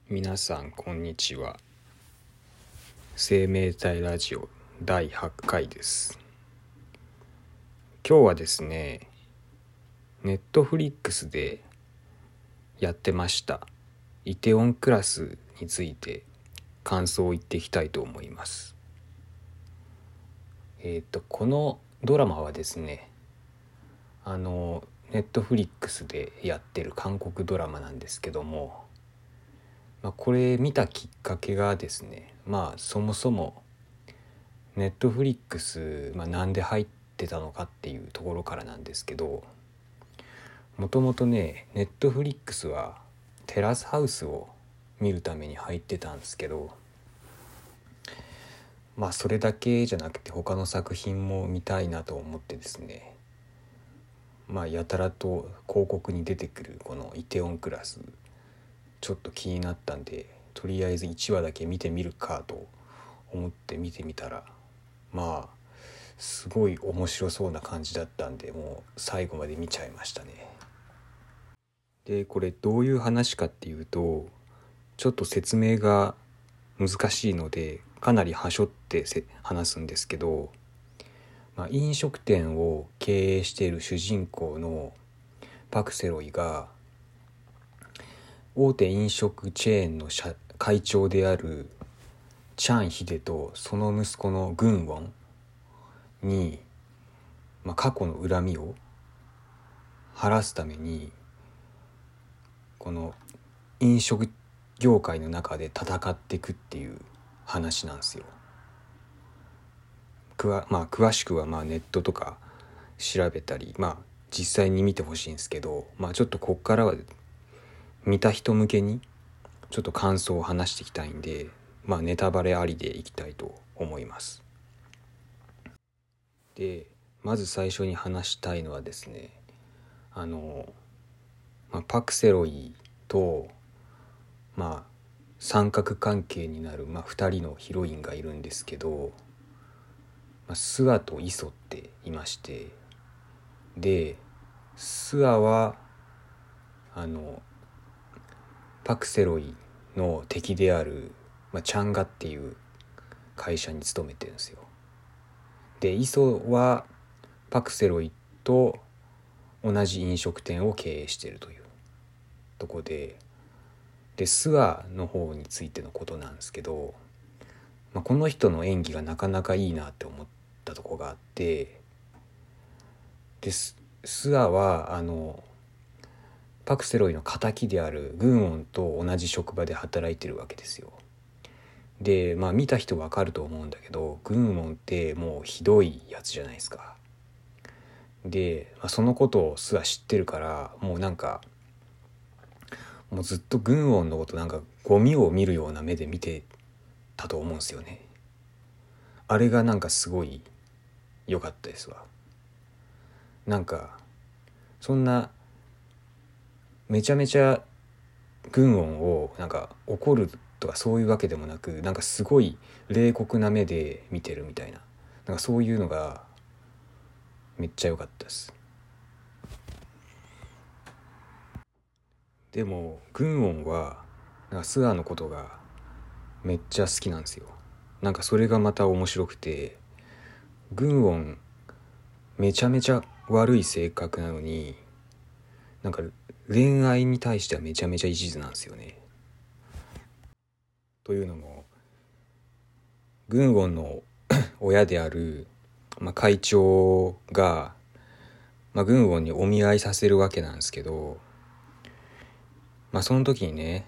皆さんこんにちは。生命体ラジオ第8回です。今日はですね、ネットフリックスでやってましたイテウォンクラスについて感想を言っていきたいと思います。このドラマはですね、ネットフリックスでやってる韓国ドラマなんですけども、これ見たきっかけがですね、そもそもネットフリックス、なんで入ってたのかっていうところからなんですけど、もともとね、ネットフリックスはテラスハウスを見るために入ってたんですけど、それだけじゃなくて他の作品も見たいなと思ってですね、やたらと広告に出てくるこのイテウォンクラスちょっと気になったんで、とりあえず1話だけ見てみるかと思って見てみたら、すごい面白そうな感じだったんで、もう最後まで見ちゃいましたね。でこれどういう話かっていうと、ちょっと説明が難しいのでかなりはしょって話すんですけど、飲食店を経営している主人公のパク・セロイが大手飲食チェーンの会長であるチャン・ヒデとその息子のグンウォンに、過去の恨みを晴らすためにこの飲食業界の中で戦っていくっていう話なんですよ。詳しくはネットとか調べたり、実際に見てほしいんですけど、ちょっとこっからは見た人向けにちょっと感想を話していきたいんで、ネタバレありでいきたいと思います。でまず最初に話したいのはですね、パク・セロイと三角関係になる、2人のヒロインがいるんですけど、スアとイソっていまして、でスアはパク・セロイの敵である、チャンガっていう会社に勤めてるんですよ。でイソはパク・セロイと同じ飲食店を経営しているというとこで、スアの方についてのことなんですけど、この人の演技がなかなかいいなって思ったとこがあって、でスアはパク・セロイの敵であるグンウォンと同じ職場で働いてるわけですよ。で見た人わかると思うんだけど、グンウォンってもうひどいやつじゃないですか。で、そのことをスア知ってるから、もうずっとグンウォンのことゴミを見るような目で見てたと思うんですよね。あれがすごい良かったですわ。そんなめちゃめちゃグンウォンを怒るとかそういうわけでもなく、すごい冷酷な目で見てるみたいな、そういうのがめっちゃ良かったです。でもグンウォンはスアのことがめっちゃ好きなんですよ。それがまた面白くて、グンウォンめちゃめちゃ悪い性格なのに恋愛に対してはめちゃめちゃ一途なんですよね。というのもグンウォンの親である、会長が、グンウォンにお見合いさせるわけなんですけど、その時にね、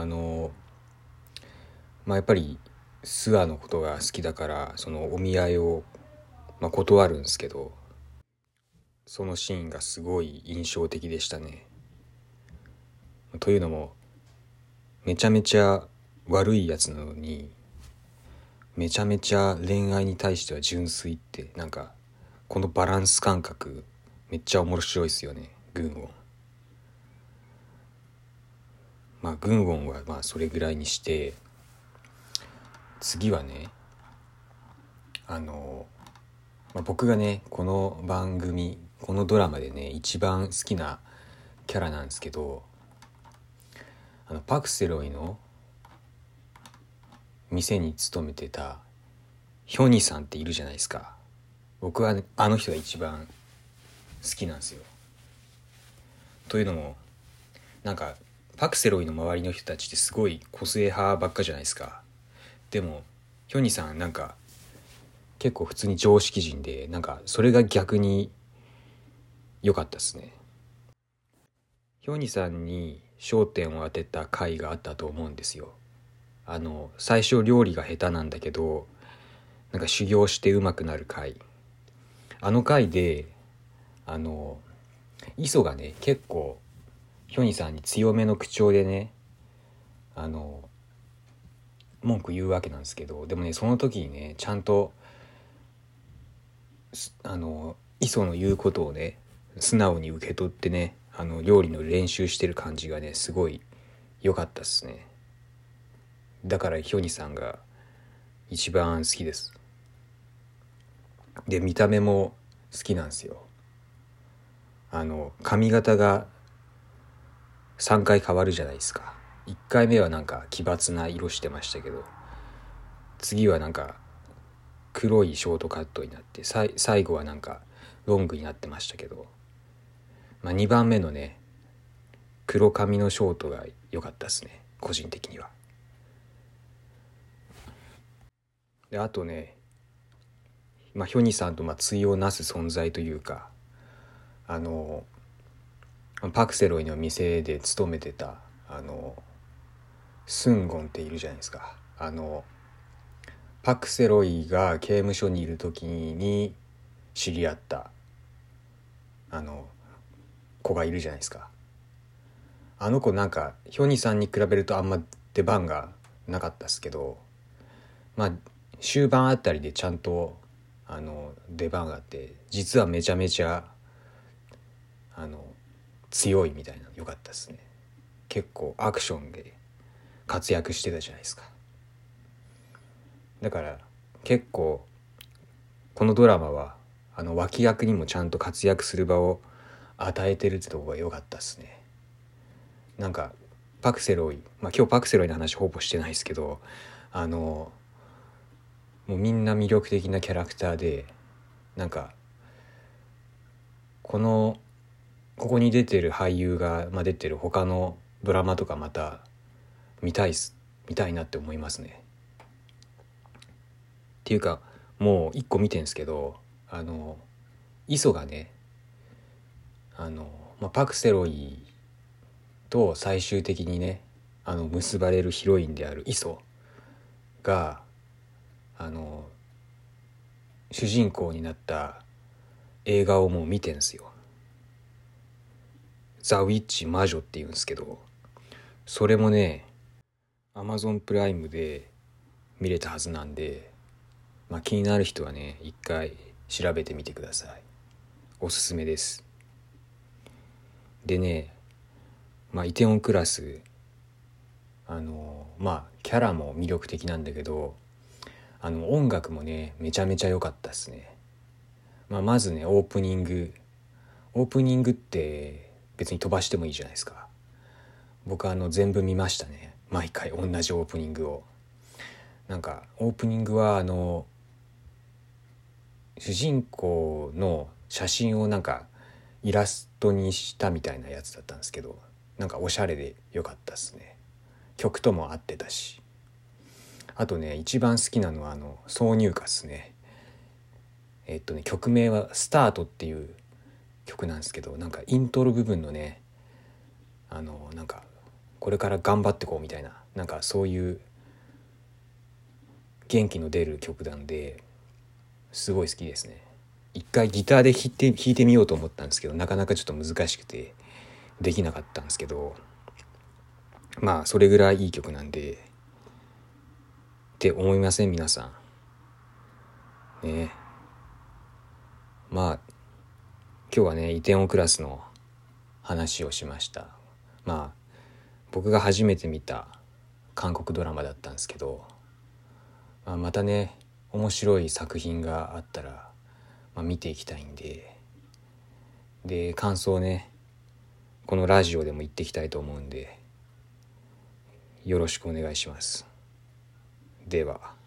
やっぱりスアのことが好きだからそのお見合いを、断るんですけど、そのシーンがすごい印象的でしたね。というのもめちゃめちゃ悪いやつなのにめちゃめちゃ恋愛に対しては純粋って、このバランス感覚めっちゃ面白いですよね、グンウォン。グンウォンはそれぐらいにして、次はね、僕がねこの番組このドラマでね一番好きなキャラなんですけど、パク・セロイの店に勤めてたヒョニさんっているじゃないですか。僕はあの人が一番好きなんですよ。というのもなんかパクセロイの周りの人たちってすごい個性派ばっかじゃないですか。でもヒョニさんなんか結構普通に常識人で、なんかそれが逆に良かったですね。ヒョニさんに焦点を当てた回があったと思うんですよ。最初料理が下手なんだけどなんか修行して上手くなる回。あの回で磯がね結構ヒョニさんに強めの口調でね文句言うわけなんですけど、でもねその時にねちゃんと磯の言うことをね素直に受け取ってね料理の練習してる感じがねすごい良かったっすね。だからヒョニさんが一番好きです。で見た目も好きなんですよ。髪型が3回変わるじゃないですか。1回目はなんか奇抜な色してましたけど、次はなんか黒いショートカットになって、最後はなんかロングになってましたけど、2番目のね黒髪のショートが良かったですね、個人的には。であとね、ヒョニさんと対をなす存在というか、パクセロイの店で勤めてたスンゴンっているじゃないですか。パクセロイが刑務所にいる時に知り合った子がいるじゃないですか。あの子なんかヒョニさんに比べるとあんま出番がなかったっすけど、終盤あたりでちゃんと出番があって、実はめちゃめちゃ強いみたいなの良かったですね。結構アクションで活躍してたじゃないですか。だから結構このドラマは脇役にもちゃんと活躍する場を与えてるってとこが良かったですね。なんかパクセロイ、今日パクセロイの話ほぼしてないですけど、もうみんな魅力的なキャラクターで、なんかここに出てる俳優が、出てる他のドラマとかまた見たいなって思いますね。っていうかもう一個見てんすけど、磯がねパクセロイと最終的にね結ばれるヒロインである磯が主人公になった映画をもう見てんすよ。ザ・ウィッチ魔女っていうんですけど、それもねAmazon プライムで見れたはずなんで、気になる人はね一回調べてみてください。おすすめです。でね、イテウォンクラスキャラも魅力的なんだけど音楽もねめちゃめちゃ良かったですね。まずねオープニングって別に飛ばしてもいいじゃないですか。僕全部見ましたね、毎回同じオープニングを。なんかオープニングは主人公の写真をなんかイラストにしたみたいなやつだったんですけど、なんかおしゃれで良かったですね。曲とも合ってたし。あとね一番好きなのは挿入歌ですね。曲名はスタートっていう曲なんですけど、なんかイントロ部分のねなんかこれから頑張ってこうみたいな、なんかそういう元気の出る曲なんですごい好きですね。一回ギターで弾いてみようと思ったんですけど、なかなかちょっと難しくてできなかったんですけど、それぐらいいい曲なんでって思いません皆さんね。今日はねイテウォンクラスの話をしました。僕が初めて見た韓国ドラマだったんですけど、またね面白い作品があったら、見ていきたいんで感想をねこのラジオでも言っていきたいと思うんでよろしくお願いします。 では。